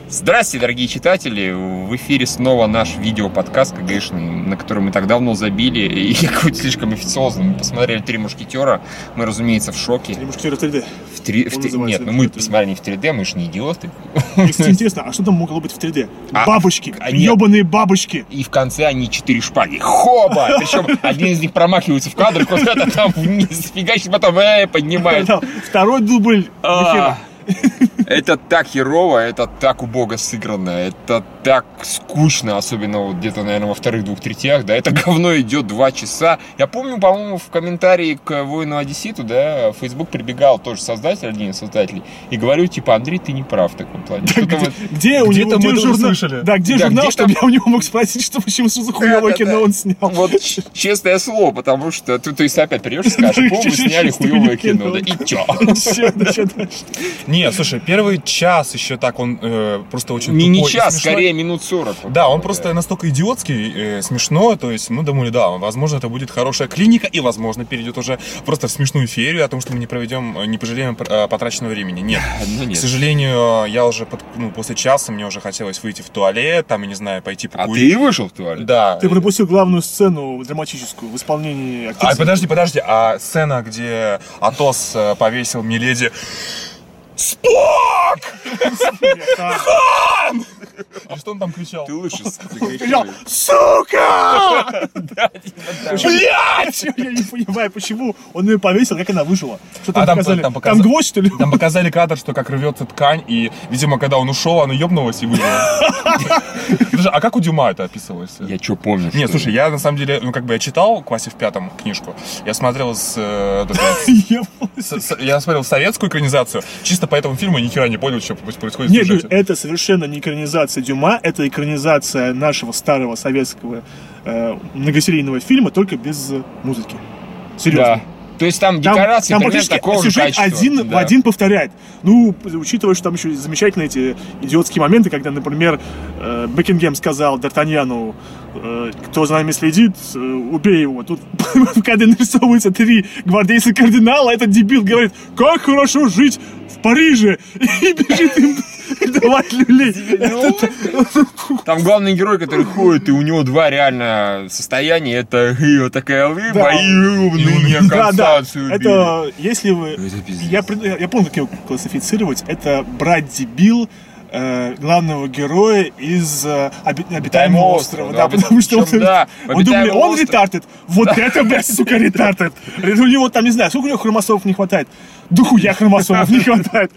Здрасте, дорогие читатели! В эфире снова наш видеоподкаст КГшный, на который мы так давно забили, и какой-то слишком официозный. Мы посмотрели «Три мушкетера», мы, разумеется, в шоке. «Три мушкетера» в 3D. Нет, мы посмотрели не в 3D, мы же не идиоты. Мне, кстати, интересно, а что там могло быть в 3D? Бабочки, ебаные бабочки. И в конце они 4 шпаги. Хоба! Причем один из них промахивается в кадр, куда-то там вниз, фигачит, потом поднимает. Второй дубль. Это так херово, это так убого сыграно, это так скучно, особенно вот где-то, наверное, во вторых 2/3, да, это говно идет 2 часа. Я помню, по-моему, в комментарии к «Воину Одесситу», да, в Facebook прибегал тоже создатель, один из создателей, и говорю, типа, Андрей, ты не прав в таком плане. Где у него журнал? Да, где журнал, чтобы я у него мог спросить, что почему за хуевое кино он снял. Вот честное слово, потому что ты опять придешь и скажешь, по-моему, сняли хуевое кино, да, и чё? Не, слушай, первый час еще так, он просто очень не тупой. Час, скорее минут 40. Да, он просто настолько идиотский, смешно, то есть мы думали, да, возможно, это будет хорошая клиника, и, возможно, перейдет уже просто в смешную феерию о том, что мы не пожалеем потраченного времени. Нет. К сожалению, я уже после часа мне уже хотелось выйти в туалет, там, я не знаю, пойти покурить. А ты вышел в туалет? Да. Ты пропустил главную сцену драматическую в исполнении актрисы. Подожди, а сцена, где Атос повесил Миледи... Спок! Хан! И что он там кричал? Ты лучше кричал, сука! Блять! Я не понимаю, почему он ее повесил, как она выжила. Что там показали? Там гвоздь, что ли? Там показали кадр, что как рвется ткань, и, видимо, когда он ушел, она ебнулась и выжила. А как у Дюма это описывалось? Я что помню? Нет, слушай, я на самом деле, я читал в классе в 5 книжку, я смотрел я смотрел советскую экранизацию, чисто по этому фильму я ни хера не понял, что происходит в сюжете. Нет, это совершенно не экранизация Дюма, это экранизация нашего старого советского многосерийного фильма, только без музыки. Серьезно. Да. То есть там декорации примерно такого же качества. Один в один повторяет. Ну, учитывая, что там еще замечательные эти идиотские моменты, когда, например, Бекингем сказал Д'Артаньяну, кто за нами следит, убей его. Тут в кадре нарисовываются 3 гвардейца кардинала, этот дебил говорит, как хорошо жить в Париже, и бежит им давать люлей. Там главный герой, который ходит, и у него 2 реально состояния, это вот такая рыба и уныние Констанцию. Это, если вы... Я помню, как его классифицировать, это брать дебил главного героя из обитаемого острова. Да, потому что он думает, он ретардед. Вот это, блядь, сука, ретардед. У него там, не знаю, сколько у него хромосомов не хватает. Дохуя хромосомов не хватает.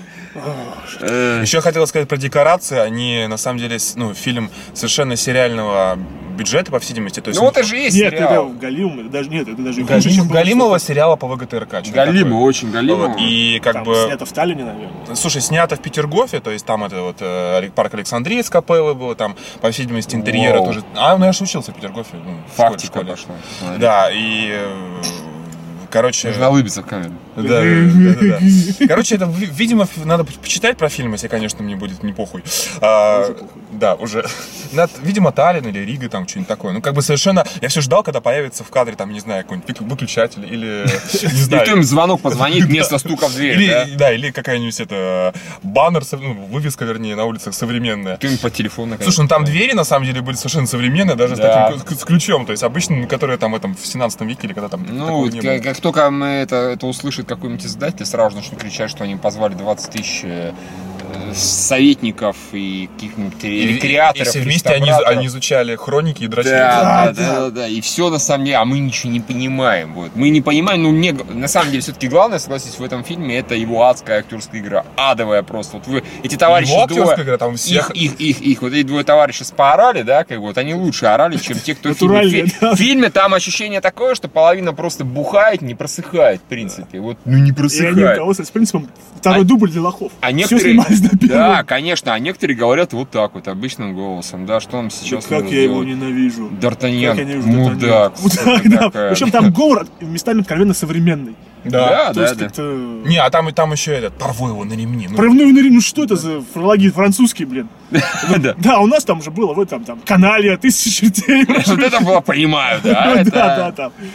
Еще хотел сказать про декорации. Они, на самом деле, фильм совершенно сериального бюджета, по всей видимости. То есть, это же есть сериал. Нет, это Галимов, это даже Галимова сериала по ВГТРК. Галимов, очень Галимов. И как там бы... снято в Таллине, наверное. Слушай, снято в Петергофе, то есть там это вот парк Александрии с Капеллой было, там, по всей видимости, интерьеры тоже. Я же учился в Петергофе. Фактика пошла. Да, и... Короче... Нужно улыбиться в камеру. Да. Короче, это, видимо, надо почитать про фильм, если, конечно, мне будет не похуй. Да, уже. Видимо, Таллин или Рига, там, что-нибудь такое. Совершенно... Я все ждал, когда появится в кадре, там, не знаю, какой-нибудь выключатель или... Не знаю. И кто им звонок позвонит вместо стука в дверь, да? Или какая-нибудь, баннер, вывеска, вернее, на улицах современная. Кто-нибудь по телефону, конечно. Слушай, там двери, на самом деле, были совершенно современные, даже с таким, с ключом. То есть, обычно, которые там в 17 веке или когда там такого не было. Как только это услышит какой-нибудь издатель, сразу начнут кричать, что они позвали 20 тысяч советников и каких-нибудь рекреаторов. И все вместе они изучали хроники и дрочили. Да. И все на самом деле, а мы ничего не понимаем. Вот. Мы не понимаем, на самом деле, все-таки главное, согласитесь, в этом фильме это его адская актерская игра. Адовая просто. Вот эти товарищи его актерская игра, там всех... Их вот эти 2 товарища поорали, да, они лучше орали, чем те, кто в фильме. Там ощущение такое, что половина просто бухает, не просыхает, в принципе. Не просыхает. И они руководствуются принципом второй дубль для лохов. А некоторые... Да, конечно, а некоторые говорят вот так вот, обычным голосом, да, что нам сейчас как я его ненавижу. Д'Артаньян, мудак. Причем там говор местами откровенно современный. Да. Не, а там еще порву его на ремни. Порву его на ремни, что это за фрологит французский, блин? Да, у нас там уже было в этом, канале 1000 чертей. Вот это было, понимаю, да. Да.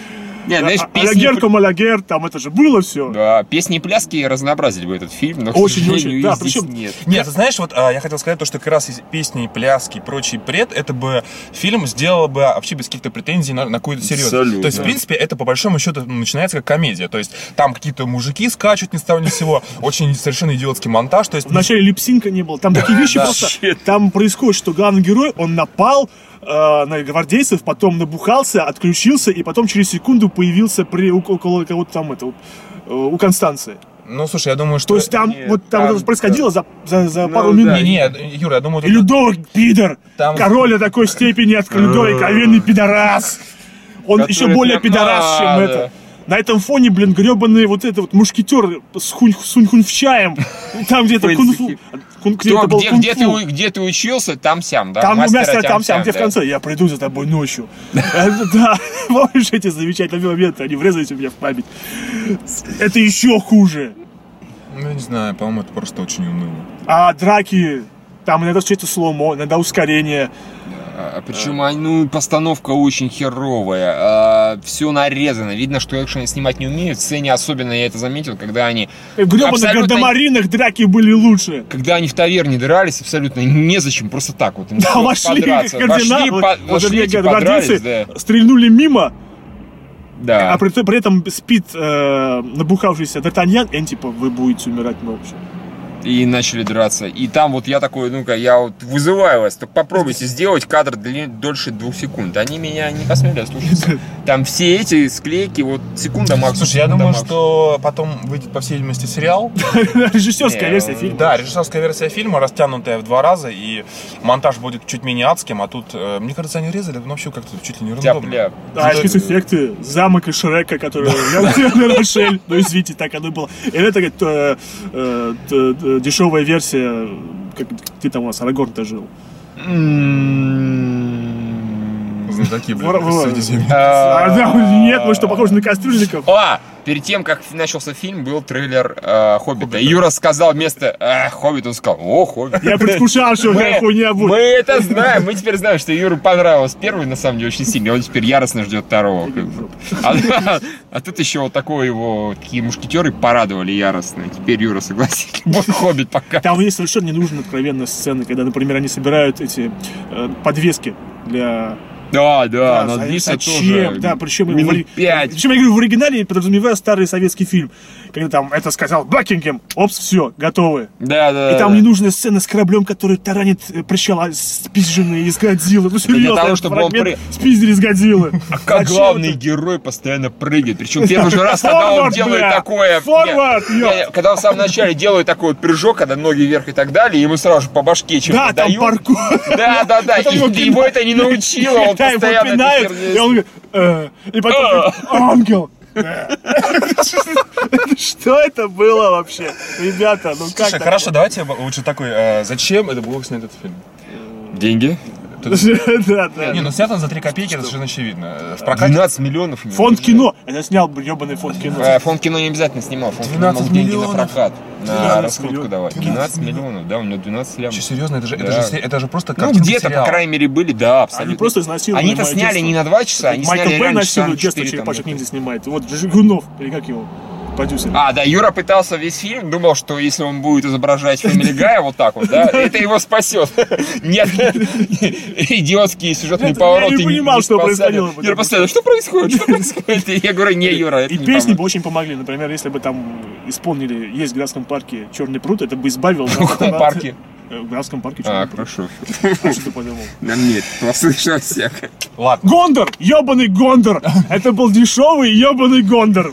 Не, знаешь, Алягер, Малягер, там это же было все. Да, песни и пляски разнообразили бы этот фильм, но, к сожалению, да, их здесь причем... нет. Нет, ты знаешь, вот я хотел сказать то, что как раз песни, пляски и прочий бред, это бы фильм сделал бы вообще без каких-то претензий на какую-то серьезность. Абсолютно. То есть, в принципе, это по большому счету начинается как комедия. То есть, там какие-то мужики скачут ни с того ни с сего, очень совершенно идиотский монтаж. То есть, Вначале липсинка не было. Там такие вещи просто... Там происходит, что главный герой, он напал на гвардейцев, потом набухался, отключился, и потом через секунду появился около кого-то там, у Констанции. ну, слушай, я думаю, что... То есть там, Нет, вот там там- это происходило за Ну, пару да. минут. Не, Юра, я думаю... И Людовик пидор! Там- Король до такой степени от Людовик, ковенный пидорас! Он Который еще более прям- пидорас, чем да. это. На этом фоне, блин, гребаный вот этот вот мушкетер с сунь-хунь-чаем. Там где-то В кунг-фу. Кто, был кунг-фу. где ты учился, там-сям, да? Там Мастера там-сям, где в да. конце. Я приду за тобой ночью. Да, помнишь эти замечательные моменты? Они врезались у меня в память. Это еще хуже. Ну, я не знаю, по-моему, это просто очень уныло. А драки, там иногда что-то сломо, иногда ускорение. Причем, ну, постановка очень херовая. Все нарезано. Видно, что экшен снимать не умеют. В сцене особенно я это заметил, когда они... В гребаных абсолютно- гардемаринах драки были лучше. Когда они в таверне дрались, абсолютно незачем, просто так вот. Им Да, стоило вошли подраться. кардиналы, Вошли, типа, гвардейцы, подрались, да. стрельнули мимо, Да. а при этом спит набухавшийся Д'Артаньян, и они типа, вы будете умирать молча. И начали драться. И там вот я такой, ну-ка, я вот вызываю вас, только попробуйте сделать кадр дольше 2 секунд. Они меня не посмели ослушаться. Там все эти склейки, вот секунда максимум. Слушай, я секунда думаю, максимум. что потом выйдет, по всей видимости, сериал. Режиссерская Не, версия фильма. Да, режиссерская версия фильма, растянутая в 2 раза, и монтаж будет чуть менее адским, а тут, мне кажется, они резали, ну, вообще как-то чуть ли не рандомно. Тяп-ляп. Да, спецэффекты, замок из Шрека, который на Рошель. Ну, извините, так оно было. И это дешевая версия, как ты там у нас, Арагорн-то жил. Знатоки, блин, Вот. Средиземья. Да, нет, мы что, похожи на кастрюльников? Перед тем, как начался фильм, был трейлер «Хоббита». И Юра сказал вместо «Хоббит», он сказал «О, Хоббит». Я предвкушал, что такая хуйня Мы будет. это знаем, мы теперь знаем, что Юре понравилось первый, на самом деле, очень сильно, и он теперь яростно ждет второго. как бы. А тут еще вот такое его, такие мушкетеры порадовали яростно. Теперь Юра согласился, вот Хоббит пока. Там есть совершенно ненужные откровенные сцены, когда, например, они собирают эти подвески для... Да, но длится зачем? тоже Да, причем минут 5. Причем я говорю в оригинале, подразумевая старый советский фильм. Когда там это сказал Бакингем, опс, все, готовы. Да. И там ненужная сцена с кораблем, который таранит причала спизженные из Годзиллы. Ну серьезно, того, этот чтобы фрагмент он спиздили из Годзиллы. Как Зачем главный это? герой постоянно прыгает. Причем первый же раз, когда он Форвард, делает бля! такое... Форвард, Не, когда он в самом начале делает такой вот прыжок, когда ноги вверх и так далее, ему сразу же по башке чем-то Да, там дают. паркур. Да. Потом И его это не научило, он Да, его постоянно... этой пинают, херней- и он говорит, и потом говорит, ангел. Что это было вообще? Ребята, ну как Слушай, так? хорошо, давайте лучше такой, зачем это было снять этот фильм? Деньги? Да. Не, ну снят он за 3 копейки, это совершенно очевидно. В прокате 12 миллионов. Фонд кино. Это снял ебаный фонд кино. Фонд кино не обязательно снимал. Фонд кино 12 мог деньги на миллионов. прокат. На 12 раскрутку миллионов. давать. 12 миллионов, да, у него 12 лям. Че, серьезно, это же, Да. это же просто Ну, картинка где-то, сериала. по крайней мере, были, да, абсолютно. Они просто изнасиловали Они-то мое сняли детство. не на 2 часа, они Майкл сняли Бэй реально часа на насилует детство, 4 черепашек там. ниндзя снимает. Вот, Жигунов, или как его, продюсер. Да, Юра пытался весь фильм, думал, что если он будет изображать Family Guy вот так вот, да, это его спасет. Нет, идиотские сюжетные Нет, повороты. я не понимал, что спасали. происходило. Юра постоянно, что происходит? И я говорю, не, Юра, это И не песни поможет. бы очень помогли. Например, если бы там исполнили «Есть в Графском парке черный пруд», это бы избавил... В каком парке? В Графском парке черный пруд. Хорошо. А что ты подумал? Нет, послышал всякое. Ладно. Гондор! Ёбаный Гондор! Это был дешевый ёбаный Гондор!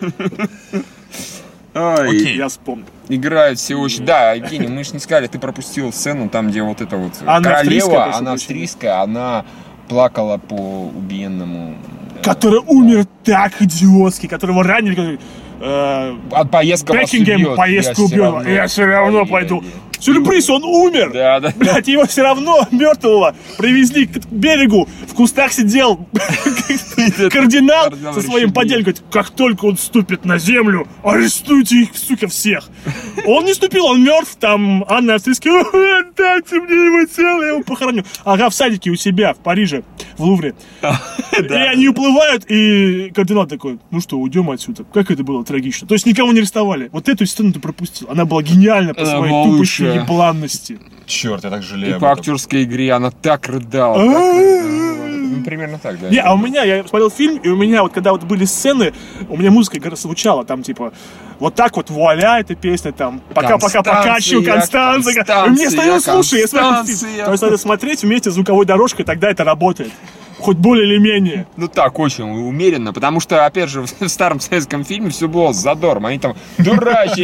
Окей. Я вспомнил. Играют все очень... Да, Евгений, мы же не сказали, ты пропустил сцену, там, где вот эта вот Она австрийская, королева, прошу она прощения. австрийская, она плакала по убиенному... Который умер так идиотски, которого ранили, который... Поездка вас Бекингем убьет. поездку убьет. Я все равно пойду. Сюрприз, он умер! Да. Блядь, его все равно мертвого привезли к берегу, в кустах сидел кардинал со своим поделком. Говорит, как только он ступит на землю, арестуйте их, сука, всех. Он не ступил, он мертв, там Анна Австрийская, дайте мне его тело, я его похороню. Ага, в садике у себя, в Париже, в Лувре. И они уплывают, и кардинал такой, ну что, уйдем отсюда. Как это было трагично. То есть никого не арестовали. Вот эту сцену ты пропустил. Она была гениальна по своей тупости. Ебланности. Черт, я так жалею. И по актерской игре она так рыдала. Ну, примерно так, да. Не, а у меня, я смотрел фильм, и у меня вот, когда вот были сцены, у меня музыка звучала, там, типа, вот так вот, вуаля, эта песня, там, пока-пока, покачиваю, Констанция. И мне стояло, слушай, я смотрел фильм. То есть надо смотреть вместе с звуковой дорожкой, тогда это работает. Хоть более или менее. Ну так, очень умеренно, потому что, опять же, в старом советском фильме все было с задором. Они там дурачили.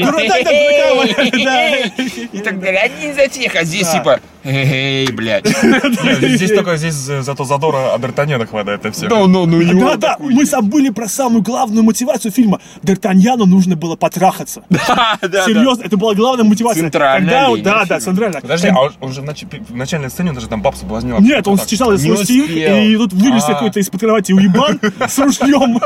И так далее. Один за всех, а здесь типа, эй, блядь. Здесь только, здесь зато задора от Д'Артаньяна хватает, это все. Да, мы забыли про самую главную мотивацию фильма. Д'Артаньяну нужно было потрахаться. Серьезно, это была главная мотивация. Центральная. Да, центральная. Подожди, а он же в начальной сцене, он же там баб соблазнил. Нет, он читал свой стих, и тут вылез какой-то из-под кровати уебан с ружьем.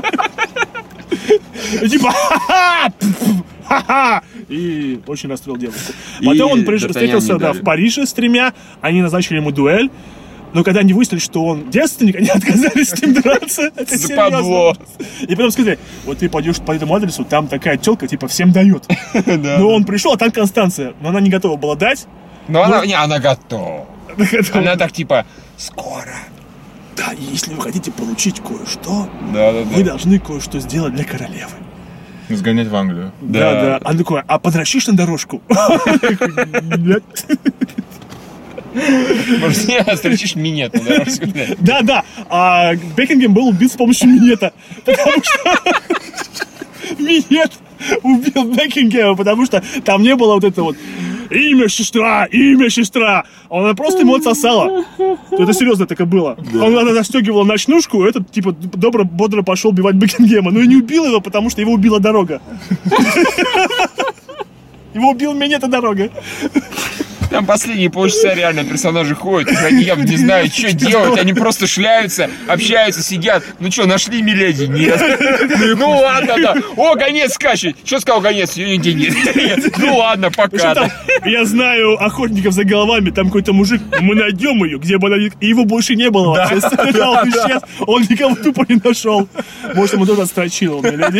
Типа, ха-ха! И очень расстроил девушку. Потом он встретился в Париже с 3, они назначили ему дуэль. Но когда они выяснили, что он девственник, они отказались с ним драться. Это серьезно. И потом сказали, вот ты пойдешь по этому адресу, там такая тёлка, типа, всем дает. Но он пришел, а там Констанция. Но она не готова была дать. Но она готова. Она так, типа, скоро. Да, и если вы хотите получить кое-что, вы должны кое-что сделать для королевы. Сгонять в Англию. Да. Она такой, а подращишь на дорожку? Нет. Может, не встречишь минет на дорожку? Да. А Бекингем был убит с помощью минета. Потому что минет убил Бекингема, потому что там не было вот это вот имя сестра. Она просто ему отсосала. Это серьезно так и было. Она застегивала ночнушку, этот типа бодро пошел убивать Бекингема. Но и не убил его, потому что его убила дорога. Его убил минет, дорога. Там последние полчаса реально персонажи ходят, они явно не знают, что делать, они просто шляются, общаются, сидят. Ну что, нашли миледи? Нет. Ну ладно, да. О, гонец скачет. Что сказал гонец? Нет. Ну ладно, пока. Я знаю охотников за головами, там какой-то мужик, мы найдем ее, где бы она... И его больше не было вообще. Он никого тупо не нашел. Может, ему тоже отстрочил миледи.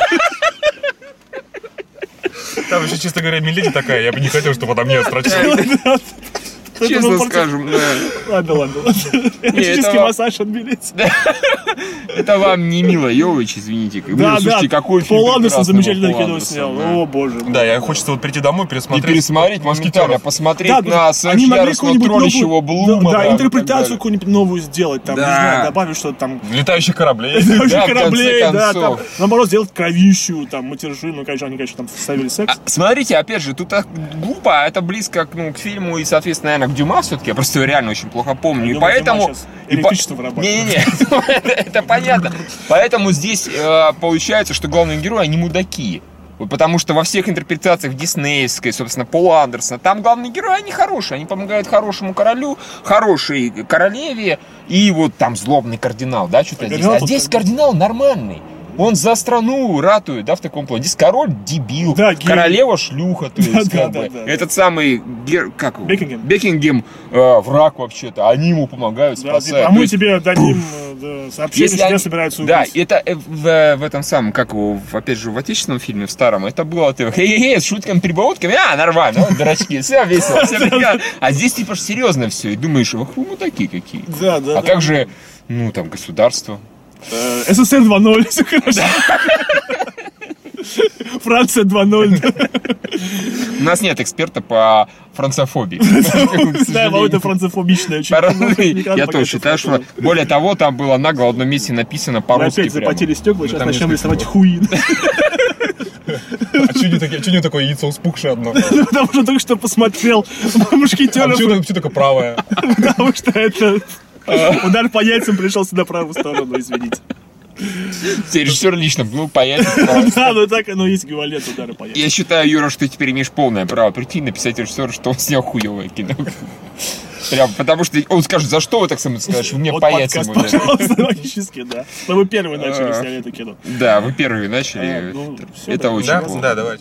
Там еще, честно говоря, миледи такая, я бы не хотел, чтобы она мне отстрочила. Честно скажем, да. Ладно. Эротический массаж отбились. Это вам не Мила Йовович, извините. Слушайте, какой фильм Пол Андерсон замечательное кино снял. О, боже. Да, я хочется вот прийти домой, пересмотреть. И пересмотреть моментально, посмотреть на сверхъяростного троллящего Блума. Да, интерпретацию какую-нибудь новую сделать, там, не знаю, добавить что-то там. Летающих кораблей. Да, там, наоборот, сделать кровищу, там, матержи, ну, конечно, они, там вставили секс. Смотрите, опять же, тут глупо, это близко к фильму и, соответственно, наверное, к Дюма все-таки, я просто его реально очень плохо помню, и поэтому... Электричество вырабатывает. Не, это понятно. Поэтому здесь получается, что главные герои, они мудаки. Потому что во всех интерпретациях диснеевской, собственно, Пола Андерсона, там главные герои, они хорошие, они помогают хорошему королю, хорошей королеве, и вот там злобный кардинал, да, что-то здесь. А здесь кардинал нормальный. Он за страну ратует, да, в таком плане. Здесь король дебил, да, королева шлюха, то есть, этот самый, как его? Бекингем враг вообще-то, они ему помогают, спасают. А мы тебе дадим сообщение, что тебя собираются убить. Да, это в этом самом, как его, опять же, в отечественном фильме, в старом, это было с шутками, прибаутками, нормально, дурачки, все весело, все прекрасно. А здесь типа серьезно все, и думаешь, ах, вы такие какие. А как же, ну, там, государство? СССР 2.0, все хорошо. Франция 2.0. У нас нет эксперта по францофобии. Да, это францофобичная очень. Я тоже считаю, что... Более того, там было нагло в одном месте написано по-русски. Опять запотели стекла, сейчас начнем рисовать хуи. А что не такое яйцо вспухшее одно? Потому что только что посмотрел «Мушкетеров». А почему такое правое? Потому что это... Удар по яйцам пришелся на правую сторону, извините. Режиссер лично, паять. Да, ну так оно есть эквивалент удара по яйцам. Я считаю, Юра, что ты теперь имеешь полное право прийти и написать режиссеру, что он снял хуевое кино. Прям, потому что он скажет, за что вы так со мной скажешь? Вы мне по яйцам ударили. Пожалуйста, логически, да. Но вы первые начали сняли это кино. Да, вы первые начали. Это очень плохо. Да, давайте.